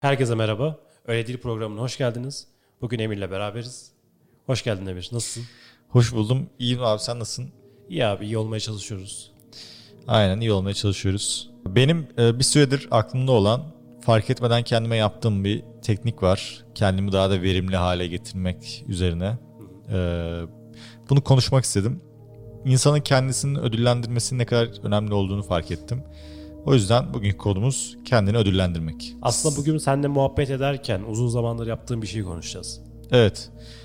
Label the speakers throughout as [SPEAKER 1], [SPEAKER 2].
[SPEAKER 1] Herkese merhaba. Öyle Değil programına hoş geldiniz. Bugün Emir'le beraberiz. Hoş geldin Emir. Nasılsın?
[SPEAKER 2] Hoş buldum. İyiyim abi, sen nasılsın?
[SPEAKER 1] İyi abi, iyi olmaya çalışıyoruz.
[SPEAKER 2] Aynen, iyi olmaya çalışıyoruz. Benim bir süredir aklımda olan, fark etmeden kendime yaptığım bir teknik var. Kendimi daha da verimli hale getirmek üzerine. E, Bunu konuşmak istedim. İnsanın kendisini ödüllendirmesinin ne kadar önemli olduğunu fark ettim. O yüzden bugünkü konumuz kendini ödüllendirmek.
[SPEAKER 1] Aslında bugün seninle muhabbet ederken uzun zamandır yaptığım bir şey konuşacağız.
[SPEAKER 2] Evet.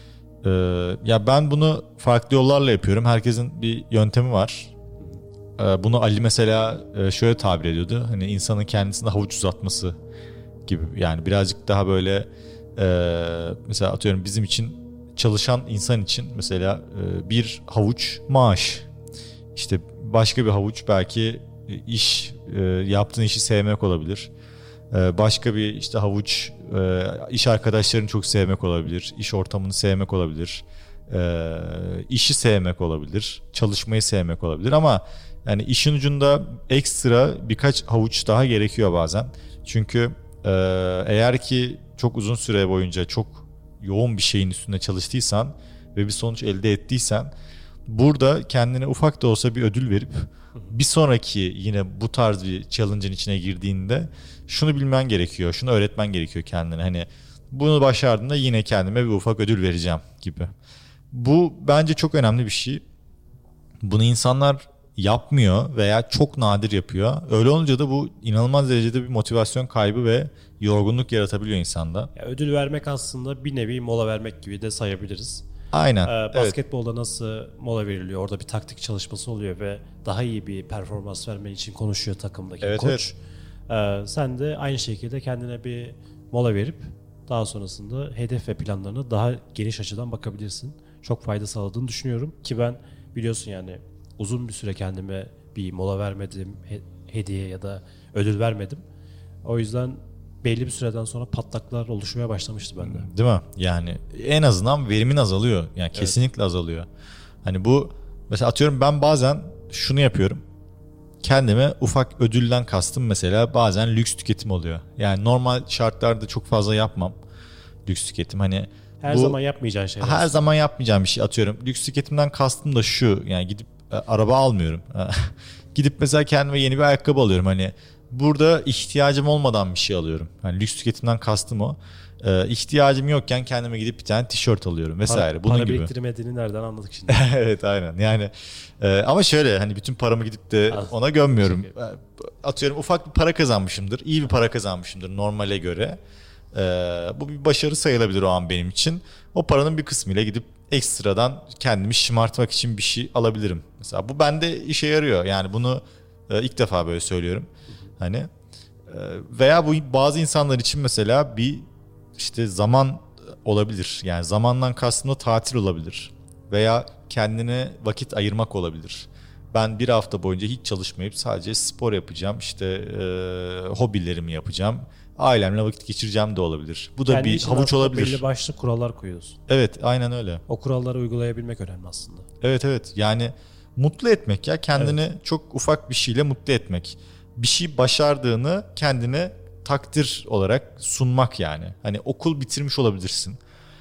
[SPEAKER 2] Ya ben bunu farklı yollarla yapıyorum. Herkesin bir yöntemi var. Bunu Ali mesela şöyle tabir ediyordu. Hani insanın kendisine havuç uzatması gibi. Yani birazcık daha böyle mesela atıyorum bizim için, çalışan insan için mesela bir havuç maaş. İşte başka bir havuç belki yaptığın işi sevmek olabilir. Başka bir işte havuç iş arkadaşlarını çok sevmek olabilir. İş ortamını sevmek olabilir. İşi sevmek olabilir. Çalışmayı sevmek olabilir ama yani işin ucunda ekstra birkaç havuç daha gerekiyor bazen. Çünkü eğer ki çok uzun süre boyunca çok yoğun bir şeyin üstünde çalıştıysan ve bir sonuç elde ettiysen, burada kendine ufak da olsa bir ödül verip bir sonraki yine bu tarz bir challenge'ın içine girdiğinde şunu bilmen gerekiyor, şunu öğretmen gerekiyor kendine. Hani bunu başardığında yine kendime bir ufak ödül vereceğim gibi. Bu bence çok önemli bir şey. Bunu insanlar yapmıyor veya çok nadir yapıyor. Öyle olunca da bu inanılmaz derecede bir motivasyon kaybı ve yorgunluk yaratabiliyor insanda.
[SPEAKER 1] Ya, ödül vermek aslında bir nevi mola vermek gibi de sayabiliriz.
[SPEAKER 2] Aynen. Evet.
[SPEAKER 1] Basketbolda nasıl mola veriliyor? Orada bir taktik çalışması oluyor ve daha iyi bir performans vermen için konuşuyor takımdaki
[SPEAKER 2] Evet,
[SPEAKER 1] koç. Sen de aynı şekilde kendine bir mola verip daha sonrasında hedef ve planlarına daha geniş açıdan bakabilirsin. Çok fayda sağladığını düşünüyorum ki ben biliyorsun yani uzun bir süre kendime bir mola vermedim, hediye ya da ödül vermedim. O yüzden belli bir süreden sonra patlaklar oluşmaya başlamıştı bende.
[SPEAKER 2] Değil mi? Yani en azından verimin azalıyor. Yani kesinlikle azalıyor. Hani bu mesela atıyorum ben bazen şunu yapıyorum. Kendime ufak ödülden kastım mesela bazen lüks tüketim oluyor. Yani normal şartlarda çok fazla yapmam lüks tüketim. Hani
[SPEAKER 1] Her
[SPEAKER 2] bu
[SPEAKER 1] zaman yapmayacağın şeyler
[SPEAKER 2] her
[SPEAKER 1] aslında.
[SPEAKER 2] zaman yapmayacağım bir şey, atıyorum. Lüks tüketimden kastım da şu. Yani gidip araba almıyorum. Gidip mesela kendime yeni bir ayakkabı alıyorum. Hani burada ihtiyacım olmadan bir şey alıyorum. Hani lüks tüketimden kastım o. İhtiyacım yokken kendime gidip bir tane tişört alıyorum vesaire. Bunun
[SPEAKER 1] Para
[SPEAKER 2] gibi.
[SPEAKER 1] biriktirmediğini nereden anladık şimdi?
[SPEAKER 2] Evet, aynen. Yani ama şöyle, hani bütün paramı gidip de ona gömmüyorum. Atıyorum ufak bir para kazanmışımdır. İyi bir para kazanmışımdır normale göre. Bu bir başarı sayılabilir o an benim için. O paranın bir kısmıyla gidip ekstradan kendimi şımartmak için bir şey alabilirim. Mesela bu bende işe yarıyor. Yani bunu ilk defa böyle söylüyorum. Hani veya bu bazı insanlar için mesela bir işte zaman olabilir. Yani zamandan kastım da tatil olabilir. Veya kendine vakit ayırmak olabilir. Ben bir hafta boyunca hiç çalışmayıp sadece spor yapacağım. İşte hobilerimi yapacağım. Ailemle vakit geçireceğim de olabilir. Bu da
[SPEAKER 1] Kendi
[SPEAKER 2] bir
[SPEAKER 1] için
[SPEAKER 2] havuç
[SPEAKER 1] aslında
[SPEAKER 2] olabilir.
[SPEAKER 1] belli başlı kurallar koyuyorsun.
[SPEAKER 2] Evet, aynen öyle.
[SPEAKER 1] O kuralları uygulayabilmek önemli aslında.
[SPEAKER 2] Evet, evet. Yani mutlu etmek, ya kendini çok ufak bir şeyle mutlu etmek. Bir şey başardığını kendine takdir olarak sunmak yani. Hani okul bitirmiş olabilirsin.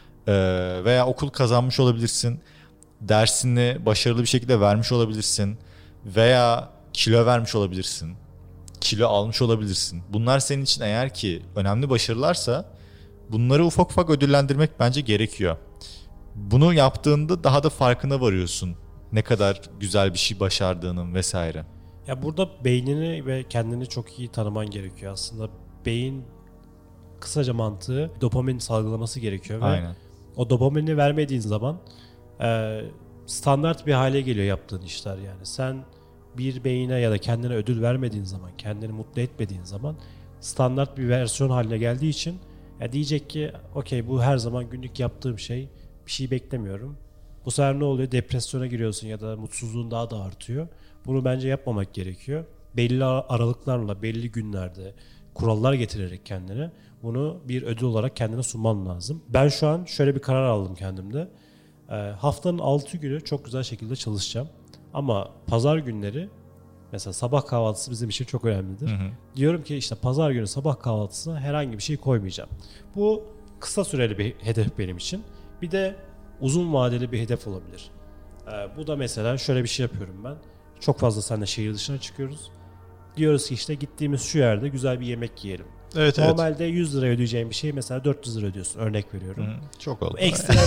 [SPEAKER 2] Veya okul kazanmış olabilirsin. Dersini başarılı bir şekilde vermiş olabilirsin. Veya kilo vermiş olabilirsin. Kilo almış olabilirsin. Bunlar senin için eğer ki önemli başarılarsa bunları ufak ufak ödüllendirmek bence gerekiyor. Bunu yaptığında daha da farkına varıyorsun. Ne kadar güzel bir şey başardığının vesaire.
[SPEAKER 1] Ya burada beynini ve kendini çok iyi tanıman gerekiyor aslında. Beyin kısaca mantığı dopamin salgılaması gerekiyor ve
[SPEAKER 2] Aynen.
[SPEAKER 1] o dopamini vermediğin zaman e, standart bir hale geliyor yaptığın işler yani. Sen bir beyine ya da kendine ödül vermediğin zaman, kendini mutlu etmediğin zaman standart bir versiyon haline geldiği için ya diyecek ki okey bu her zaman günlük yaptığım şey, bir şey beklemiyorum. Bu sefer ne oluyor? Depresyona giriyorsun ya da mutsuzluğun daha da artıyor. Bunu bence yapmamak gerekiyor. Belli aralıklarla, belli günlerde kurallar getirerek kendine bunu bir ödül olarak kendine sunman lazım. Ben şu an şöyle bir karar aldım kendimde. Haftanın 6 günü çok güzel şekilde çalışacağım. Ama pazar günleri Mesela sabah kahvaltısı bizim için çok önemlidir. Diyorum ki işte pazar günü sabah kahvaltısına herhangi bir şey koymayacağım. Bu kısa süreli bir hedef benim için. Bir de uzun vadeli bir hedef olabilir. Bu da mesela şöyle bir şey yapıyorum ben. Çok fazla seninle şehir dışına çıkıyoruz. Diyoruz ki işte gittiğimiz şu yerde güzel bir yemek yiyelim.
[SPEAKER 2] Evet,
[SPEAKER 1] Normalde 100 lira ödeyeceğin bir şey mesela 400 lira ödüyorsun. Örnek veriyorum.
[SPEAKER 2] Çok oldu.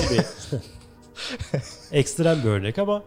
[SPEAKER 1] Ekstrem bir örnek ama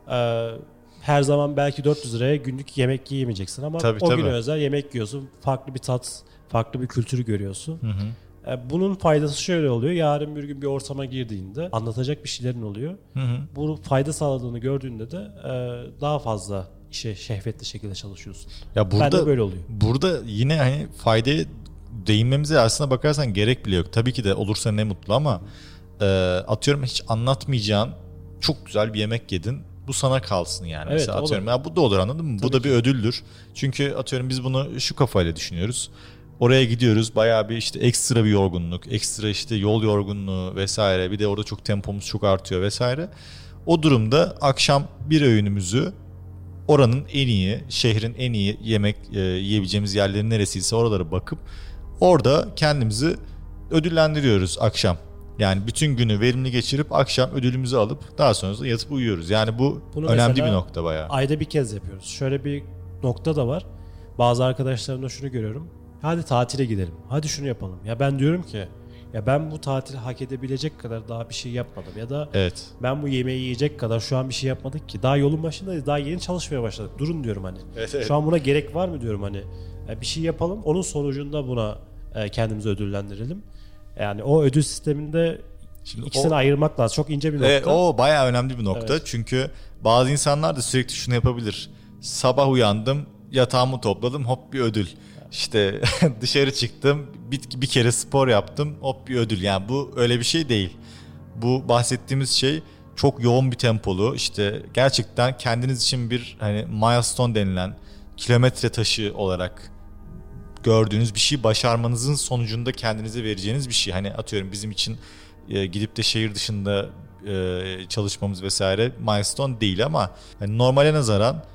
[SPEAKER 1] her zaman belki 400 liraya günlük yemek yiyemeyeceksin ama o güne özel yemek yiyorsun. Farklı bir tat, farklı bir kültürü görüyorsun. Bunun faydası şöyle oluyor. Yarın bir gün bir ortama girdiğinde anlatacak bir şeylerin oluyor. Bu fayda sağladığını gördüğünde de daha fazla işe şehvetli şekilde çalışıyorsun.
[SPEAKER 2] Ya burada,
[SPEAKER 1] ben de böyle oluyor.
[SPEAKER 2] Burada yine hani faydaya değinmemize aslına bakarsan gerek bile yok. Tabii ki de olursa ne mutlu ama atıyorum hiç anlatmayacağın çok güzel bir yemek yedin. Bu sana kalsın yani.
[SPEAKER 1] Evet,
[SPEAKER 2] mesela atıyorum ya bu da olur, anladın mı? Tabii bu da bir ödüldür. Çünkü atıyorum biz bunu şu kafayla düşünüyoruz. Oraya gidiyoruz, bayağı bir işte ekstra bir yorgunluk, ekstra işte yol yorgunluğu vesaire. Bir de orada çok tempomuz çok artıyor vesaire. O durumda akşam bir öğünümüzü oranın en iyi, şehrin en iyi yemek yiyebileceğimiz yerlerin neresiyse oralara bakıp orada kendimizi ödüllendiriyoruz akşam. Yani bütün günü verimli geçirip akşam ödülümüzü alıp daha sonrasında yatıp uyuyoruz. Yani bunu önemli bir nokta bayağı.
[SPEAKER 1] Ayda bir kez yapıyoruz. Şöyle bir nokta da var. Bazı arkadaşlarımda şunu görüyorum. Hadi tatile gidelim. Hadi şunu yapalım. Ya ben diyorum ki ya ben bu tatili hak edebilecek kadar daha bir şey yapmadım. Ya da ben bu yemeği yiyecek kadar şu an bir şey yapmadık ki. Daha yolun başındayız. Daha yeni çalışmaya başladık. Durun diyorum hani. Evet. Şu an buna gerek var mı diyorum hani. Bir şey yapalım. Onun sonucunda buna kendimizi ödüllendirelim. Yani o ödül sisteminde şimdi ikisini ayırmak lazım. Çok ince bir nokta.
[SPEAKER 2] O bayağı önemli bir nokta. Evet. Çünkü bazı insanlar da sürekli şunu yapabilir. Sabah uyandım, yatağımı topladım, hop bir ödül. İşte dışarı çıktım, bir kere spor yaptım, hop bir ödül. Yani bu öyle bir şey değil. Bu bahsettiğimiz şey çok yoğun bir tempolu, işte gerçekten kendiniz için bir hani milestone denilen kilometre taşı olarak gördüğünüz bir şey başarmanızın sonucunda kendinize vereceğiniz bir şey. Hani atıyorum bizim için gidip de şehir dışında çalışmamız vesaire milestone değil ama hani normale nazaran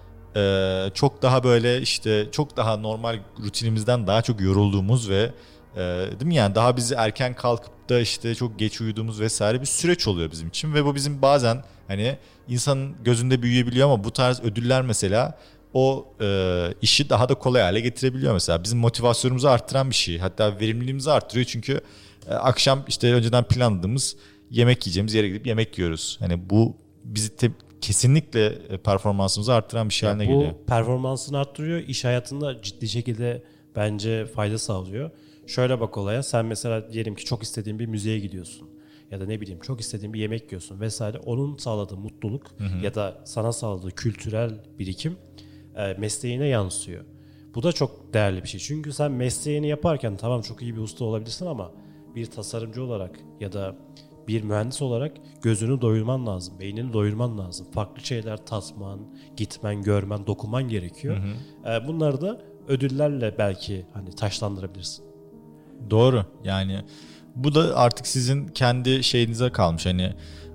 [SPEAKER 2] çok daha böyle işte çok daha normal rutinimizden daha çok yorulduğumuz ve değil mi yani daha bizi erken kalkıp da işte çok geç uyuduğumuz vesaire bir süreç oluyor bizim için ve bu bizim bazen hani insanın gözünde büyüyebiliyor ama bu tarz ödüller mesela o işi daha da kolay hale getirebiliyor mesela. Bizim motivasyonumuzu arttıran bir şey. Hatta verimliliğimizi arttırıyor çünkü akşam işte önceden planladığımız yemek yiyeceğimiz yere gidip yemek yiyoruz. Hani bu bizi kesinlikle performansımızı arttıran bir şey haline geliyor.
[SPEAKER 1] Bu performansını arttırıyor. İş hayatında ciddi şekilde bence fayda sağlıyor. Şöyle bak olaya. Sen mesela diyelim ki çok istediğin bir müzeye gidiyorsun. Ya da ne bileyim çok istediğin bir yemek yiyorsun vesaire. Onun sağladığı mutluluk ya da sana sağladığı kültürel birikim mesleğine yansıyor. Bu da çok değerli bir şey. Çünkü sen mesleğini yaparken tamam çok iyi bir usta olabilirsin ama bir tasarımcı olarak ya da bir mühendis olarak gözünü doyurman lazım, beynini doyurman lazım. Farklı şeyler tatman, gitmen, görmen, dokunman gerekiyor. Bunları da ödüllerle belki hani taşlandırabilirsin.
[SPEAKER 2] Doğru. Yani bu da artık sizin kendi şeyinize kalmış. Hani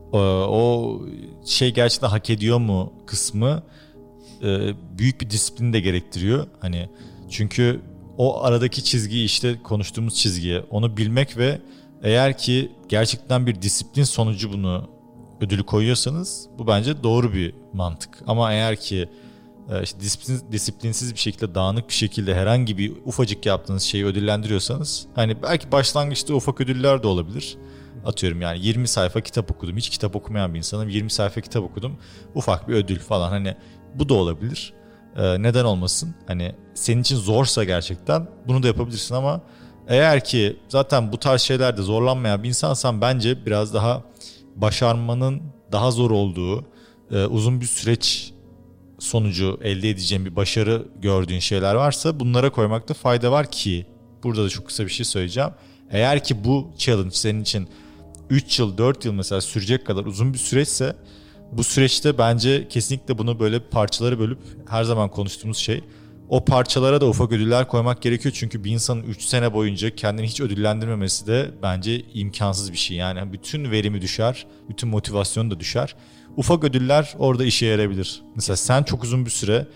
[SPEAKER 2] o şey gerçekten hak ediyor mu kısmı büyük bir disiplin de gerektiriyor. Hani çünkü o aradaki çizgiyi işte konuştuğumuz çizgiye onu bilmek ve eğer ki gerçekten bir disiplin sonucu bunu ödülü koyuyorsanız bu bence doğru bir mantık. Ama eğer ki işte disiplinsiz bir şekilde dağınık bir şekilde herhangi bir ufacık yaptığınız şeyi ödüllendiriyorsanız hani belki başlangıçta ufak ödüller de olabilir. Atıyorum yani 20 sayfa kitap okudum. Hiç kitap okumayan bir insanım. 20 sayfa kitap okudum. Ufak bir ödül falan hani bu da olabilir. Neden olmasın? Hani senin için zorsa gerçekten bunu da yapabilirsin ama eğer ki zaten bu tarz şeylerde zorlanmayan bir insansan bence biraz daha başarmanın daha zor olduğu uzun bir süreç sonucu elde edeceğin bir başarı gördüğün şeyler varsa bunlara koymakta fayda var ki burada da çok kısa bir şey söyleyeceğim. Eğer ki bu challenge senin için 3 yıl 4 yıl mesela sürecek kadar uzun bir süreçse bu süreçte bence kesinlikle bunu böyle parçalara bölüp her zaman konuştuğumuz şey o parçalara da ufak ödüller koymak gerekiyor. Çünkü bir insanın 3 sene boyunca kendini hiç ödüllendirmemesi de bence imkansız bir şey. Yani bütün verimi düşer, bütün motivasyon da düşer. Ufak ödüller orada işe yarayabilir. Mesela sen çok uzun bir süre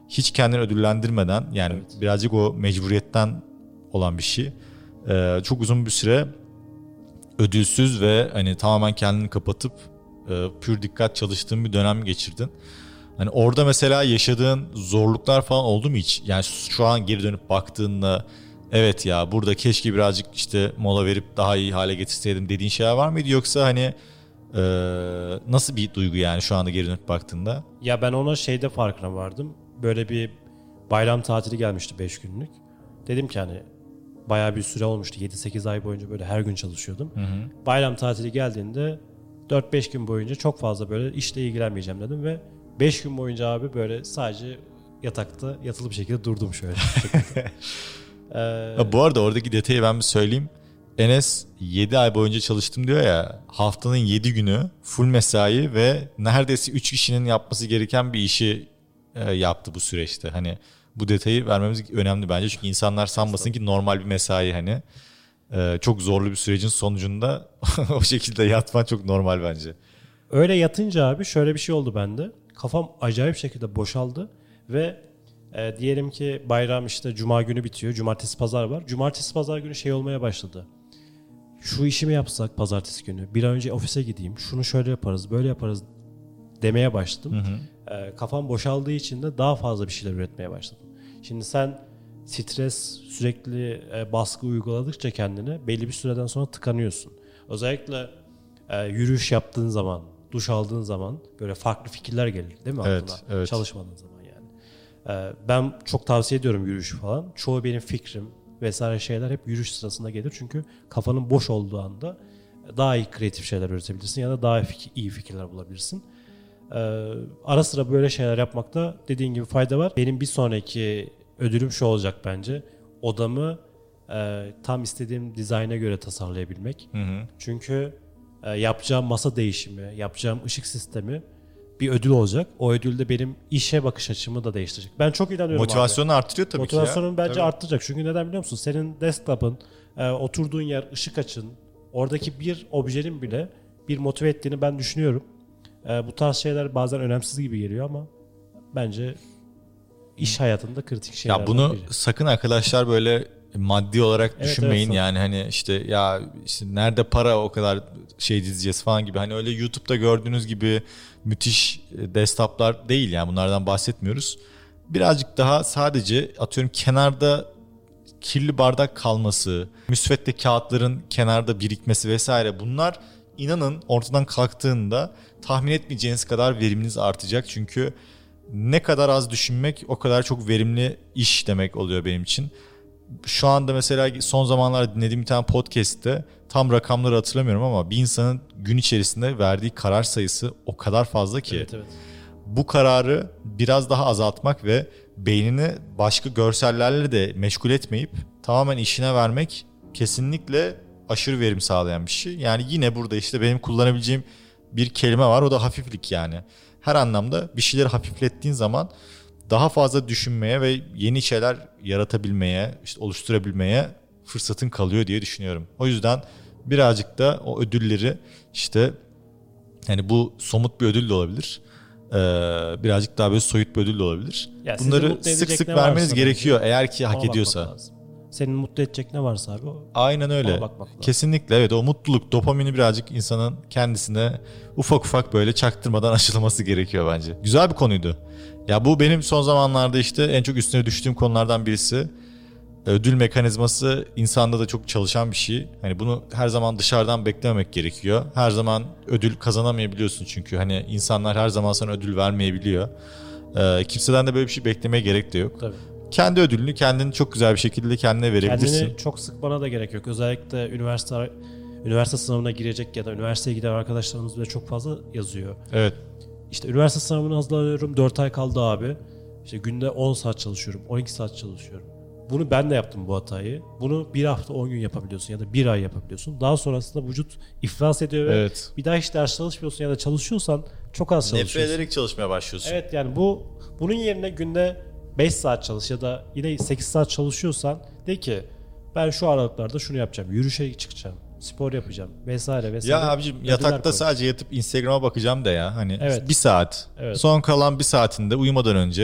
[SPEAKER 2] hiç kendini ödüllendirmeden, yani birazcık o mecburiyetten olan bir şey. Çok uzun bir süre ödülsüz ve hani tamamen kendini kapatıp pür dikkat çalıştığın bir dönem geçirdin. Hani orada mesela yaşadığın zorluklar falan oldu mu hiç? Yani şu an geri dönüp baktığında evet ya burada keşke birazcık işte mola verip daha iyi hale getirseydim dediğin şeyler var mıydı? Yoksa hani nasıl bir duygu yani şu anda geri dönüp baktığında?
[SPEAKER 1] Ya ben ona şeyde farkına vardım. Böyle bir bayram tatili gelmişti 5 günlük. Dedim ki hani bayağı bir süre olmuştu. 7-8 ay boyunca böyle her gün çalışıyordum. Bayram tatili geldiğinde 4-5 gün boyunca çok fazla böyle işle ilgilenmeyeceğim dedim ve 5 gün boyunca abi böyle sadece yatakta yatılı bir şekilde durdum şöyle.
[SPEAKER 2] Bu arada oradaki detayı ben bir söyleyeyim. Enes 7 ay boyunca çalıştım diyor ya, haftanın 7 günü full mesai ve neredeyse 3 kişinin yapması gereken bir işi yaptı bu süreçte. Hani bu detayı vermemiz önemli bence çünkü insanlar sanmasın ki normal bir mesai, hani çok zorlu bir sürecin sonucunda o şekilde yatman çok normal bence.
[SPEAKER 1] Öyle yatınca abi şöyle bir şey oldu bende. Kafam acayip şekilde boşaldı ve diyelim ki bayram işte cuma günü bitiyor. Cumartesi pazar var. Cumartesi pazar günü şey olmaya başladı. Şu işi mi yapsak pazartesi günü? Bir an önce ofise gideyim. Şunu şöyle yaparız, böyle yaparız demeye başladım. Kafam boşaldığı için de daha fazla bir şeyler üretmeye başladım. Şimdi sen stres, sürekli baskı uyguladıkça kendine belli bir süreden sonra tıkanıyorsun. Özellikle yürüyüş yaptığın zaman, duş aldığın zaman böyle farklı fikirler gelir değil mi aklına?
[SPEAKER 2] Evet.
[SPEAKER 1] Çalışmadığın zaman yani. Ben çok tavsiye ediyorum yürüyüşü falan. Çoğu benim fikrim vesaire şeyler hep yürüyüş sırasında gelir. Çünkü kafanın boş olduğu anda daha iyi kreatif şeyler üretebilirsin ya da daha iyi fikirler bulabilirsin. Ara sıra böyle şeyler yapmakta dediğin gibi fayda var. Benim bir sonraki ödülüm şu olacak bence. Odamı tam istediğim dizayna göre tasarlayabilmek. Çünkü yapacağım masa değişimi, yapacağım ışık sistemi bir ödül olacak. O ödül de benim işe bakış açımı da değiştirecek. Ben çok inanıyorum
[SPEAKER 2] Motivasyonu
[SPEAKER 1] abi.
[SPEAKER 2] artırıyor tabii ki ya.
[SPEAKER 1] Motivasyonunu bence
[SPEAKER 2] Tabii.
[SPEAKER 1] arttıracak. Çünkü neden biliyor musun? Senin desktop'ın, oturduğun yer, ışık açın, oradaki bir objenin bile bir motive ettiğini ben düşünüyorum. Bu tarz şeyler bazen önemsiz gibi geliyor ama bence iş hayatında kritik şeyler.
[SPEAKER 2] Ya bunu sakın arkadaşlar böyle maddi olarak düşünmeyin,
[SPEAKER 1] evet.
[SPEAKER 2] yani hani işte ya işte nerede para o kadar şey dizeceğiz falan gibi, hani öyle YouTube'da gördüğünüz gibi müthiş desktoplar değil, yani bunlardan bahsetmiyoruz. Birazcık daha sadece atıyorum kenarda kirli bardak kalması, müsvedde kağıtların kenarda birikmesi vesaire, bunlar inanın ortadan kalktığında tahmin etmeyeceğiniz kadar veriminiz artacak. Çünkü ne kadar az düşünmek o kadar çok verimli iş demek oluyor benim için. Şu anda mesela son zamanlarda dinlediğim bir tane podcast'te, tam rakamları hatırlamıyorum ama bir insanın gün içerisinde verdiği karar sayısı o kadar fazla ki.
[SPEAKER 1] Evet.
[SPEAKER 2] Bu kararı biraz daha azaltmak ve beynini başka görsellerle de meşgul etmeyip tamamen işine vermek kesinlikle aşırı verim sağlayan bir şey. Yani yine burada işte benim kullanabileceğim bir kelime var, o da hafiflik yani. Her anlamda bir şeyleri hafiflettiğin zaman daha fazla düşünmeye ve yeni şeyler yaratabilmeye, işte oluşturabilmeye fırsatın kalıyor diye düşünüyorum. O yüzden birazcık da o ödülleri işte, yani bu somut bir ödül de olabilir. Birazcık daha böyle soyut bir ödül de olabilir.
[SPEAKER 1] Ya
[SPEAKER 2] bunları sık sık vermeniz gerekiyor eğer ki hak ediyorsa.
[SPEAKER 1] Senin mutlu edecek ne varsa abi
[SPEAKER 2] aynen öyle. Kesinlikle evet, o mutluluk, dopamini birazcık insanın kendisine ufak ufak böyle çaktırmadan aşılaması gerekiyor bence. Güzel bir konuydu. Ya bu benim son zamanlarda işte en çok üstüne düştüğüm konulardan birisi. Ödül mekanizması insanda da çok çalışan bir şey. Hani bunu her zaman dışarıdan beklememek gerekiyor. Her zaman ödül kazanamayabiliyorsun çünkü hani insanlar her zaman sana ödül vermeyebiliyor. Kimseden de böyle bir şey beklemeye gerek de yok.
[SPEAKER 1] Tabii.
[SPEAKER 2] Kendi ödülünü kendin çok güzel bir şekilde kendine verebilirsin.
[SPEAKER 1] Kendini çok sıkmana da gerek yok. Özellikle üniversite sınavına girecek ya da üniversiteye giden arkadaşlarımız bile çok fazla yazıyor.
[SPEAKER 2] Evet.
[SPEAKER 1] İşte üniversite sınavına hazırlanıyorum. 4 ay kaldı abi. İşte günde 10 saat çalışıyorum. 12 saat çalışıyorum. Bunu ben de yaptım, bu hatayı. Bunu bir hafta 10 gün yapabiliyorsun ya da bir ay yapabiliyorsun. Daha sonrasında vücut iflas ediyor ve bir daha hiç ders çalışmıyorsun ya da çalışıyorsan çok az çalışıyorsun.
[SPEAKER 2] Nefret ederek çalışmaya başlıyorsun.
[SPEAKER 1] Evet, yani bunun yerine günde 5 saat çalış ya da yine 8 saat çalışıyorsan de ki ben şu aralıklarda şunu yapacağım. Yürüyüşe çıkacağım. Spor yapacağım vesaire.
[SPEAKER 2] Ya abicim yatakta sadece yatıp Instagram'a bakacağım da ya. Hani bir saat.
[SPEAKER 1] Evet.
[SPEAKER 2] Son kalan bir saatinde uyumadan önce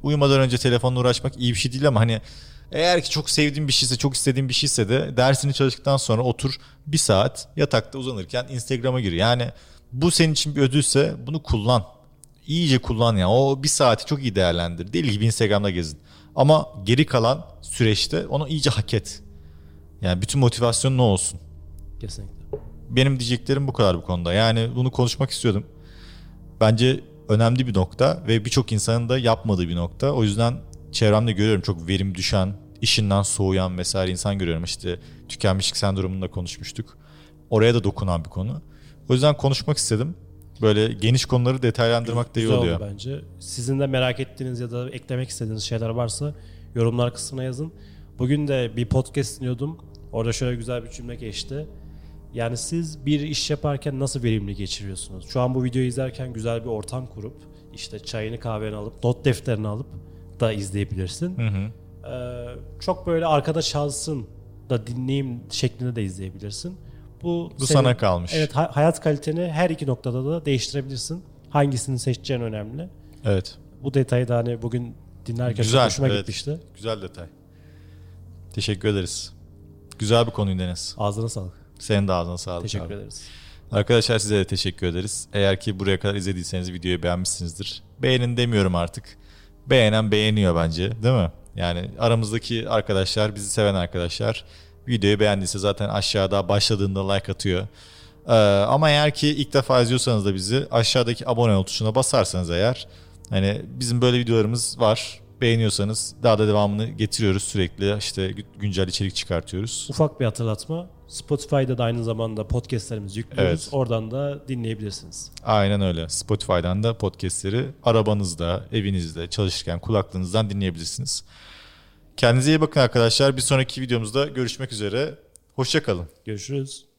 [SPEAKER 2] uyumadan önce telefonla uğraşmak iyi bir şey değil ama hani eğer ki çok sevdiğin bir şeyse, çok istediğin bir şeyse de dersini çalıştıktan sonra otur 1 saat yatakta uzanırken Instagram'a gir. Yani bu senin için bir ödülse bunu kullan. İyice kullan ya. O 1 saati çok iyi değerlendir. Deli gibi Instagram'da gezin. Ama geri kalan süreçte onu iyice hak et. Yani bütün motivasyonun ne olsun.
[SPEAKER 1] Kesinlikle.
[SPEAKER 2] Benim diyeceklerim bu kadar bu konuda. Yani bunu konuşmak istiyordum. Bence önemli bir nokta ve birçok insanın da yapmadığı bir nokta. O yüzden çevremde görüyorum çok verim düşen, işinden soğuyan vesaire insan görüyorum. İşte tükenmişlik sendromunda konuşmuştuk. Oraya da dokunan bir konu. O yüzden konuşmak istedim. Böyle geniş konuları detaylandırmak da iyi
[SPEAKER 1] Güzel
[SPEAKER 2] oluyor.
[SPEAKER 1] oldu bence. Sizin de merak ettiğiniz ya da eklemek istediğiniz şeyler varsa yorumlar kısmına yazın. Bugün de bir podcast dinliyordum. Orada şöyle güzel bir cümle geçti. Yani siz bir iş yaparken nasıl verimli geçiriyorsunuz? Şu an bu videoyu izlerken güzel bir ortam kurup işte çayını kahveni alıp not defterini alıp da izleyebilirsin.
[SPEAKER 2] Hı hı.
[SPEAKER 1] Çok böyle arkada çalsın da dinleyeyim şeklinde de izleyebilirsin. Bu senin,
[SPEAKER 2] sana kalmış.
[SPEAKER 1] Evet, hayat kaliteni her iki noktada da değiştirebilirsin. Hangisini seçeceğin önemli.
[SPEAKER 2] Evet.
[SPEAKER 1] Bu detayı da hani bugün dinlerken
[SPEAKER 2] Güzel,
[SPEAKER 1] çok hoşuma
[SPEAKER 2] evet.
[SPEAKER 1] gitmişti.
[SPEAKER 2] Güzel detay. Teşekkür ederiz. Güzel bir konuydu Enes.
[SPEAKER 1] Ağzına sağlık.
[SPEAKER 2] Senin de ağzına sağlık.
[SPEAKER 1] Teşekkür
[SPEAKER 2] abi.
[SPEAKER 1] ederiz.
[SPEAKER 2] Arkadaşlar size de teşekkür ederiz. Eğer ki buraya kadar izlediyseniz videoyu beğenmişsinizdir. Beğenin demiyorum artık. Beğenen beğeniyor bence, değil mi? Yani aramızdaki arkadaşlar, bizi seven arkadaşlar videoyu beğendiyse zaten aşağıda başladığında like atıyor. Ama eğer ki ilk defa izliyorsanız da bizi aşağıdaki abone ol tuşuna basarsanız eğer hani bizim böyle videolarımız var. Beğeniyorsanız daha da devamını getiriyoruz sürekli işte güncel içerik çıkartıyoruz.
[SPEAKER 1] Ufak bir hatırlatma. Spotify'da da aynı zamanda podcastlerimizi yüklüyoruz.
[SPEAKER 2] Evet.
[SPEAKER 1] Oradan da dinleyebilirsiniz.
[SPEAKER 2] Aynen öyle. Spotify'dan da podcastleri arabanızda, evinizde, çalışırken kulaklığınızdan dinleyebilirsiniz. Kendinize iyi bakın arkadaşlar. Bir sonraki videomuzda görüşmek üzere. Hoşça kalın.
[SPEAKER 1] Görüşürüz.